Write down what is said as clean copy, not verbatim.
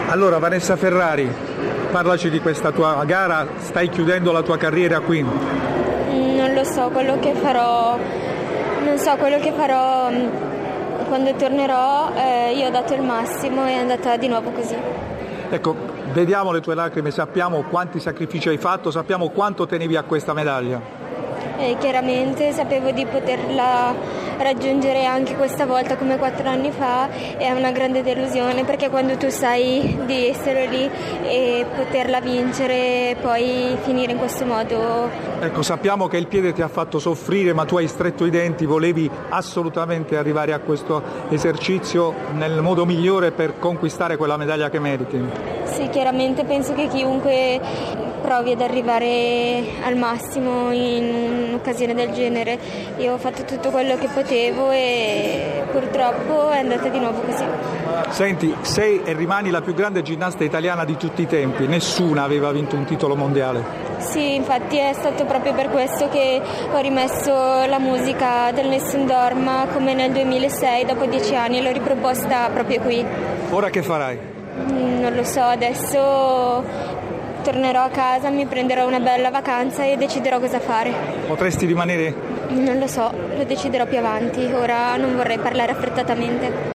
Allora, Vanessa Ferrari, parlaci di questa tua gara, stai chiudendo la tua carriera qui? Non lo so, quello che farò quando tornerò. Io ho dato il massimo e è andata di nuovo così. Ecco, vediamo le tue lacrime, sappiamo quanti sacrifici hai fatto, sappiamo quanto tenevi a questa medaglia. Chiaramente sapevo di poterla raggiungere anche questa volta come 4 anni fa. È una grande delusione, perché quando tu sai di essere lì e poterla vincere, poi finire in questo modo. Ecco, sappiamo che il piede ti ha fatto soffrire, ma tu hai stretto i denti, volevi assolutamente arrivare a questo esercizio nel modo migliore per conquistare quella medaglia che meriti. Sì, chiaramente penso che chiunque provi ad arrivare al massimo in un'occasione del genere. Io ho fatto tutto quello che potevo e purtroppo è andata di nuovo così. Senti, sei e rimani la più grande ginnasta italiana di tutti i tempi, nessuna aveva vinto un titolo mondiale. Sì, infatti è stato proprio per questo che ho rimesso la musica del Nessun Dorma come nel 2006, dopo 10 anni, l'ho riproposta proprio qui. Ora che farai? Non lo so, adesso tornerò a casa, mi prenderò una bella vacanza e deciderò cosa fare. Potresti rimanere? Non lo so, lo deciderò più avanti, ora non vorrei parlare affrettatamente.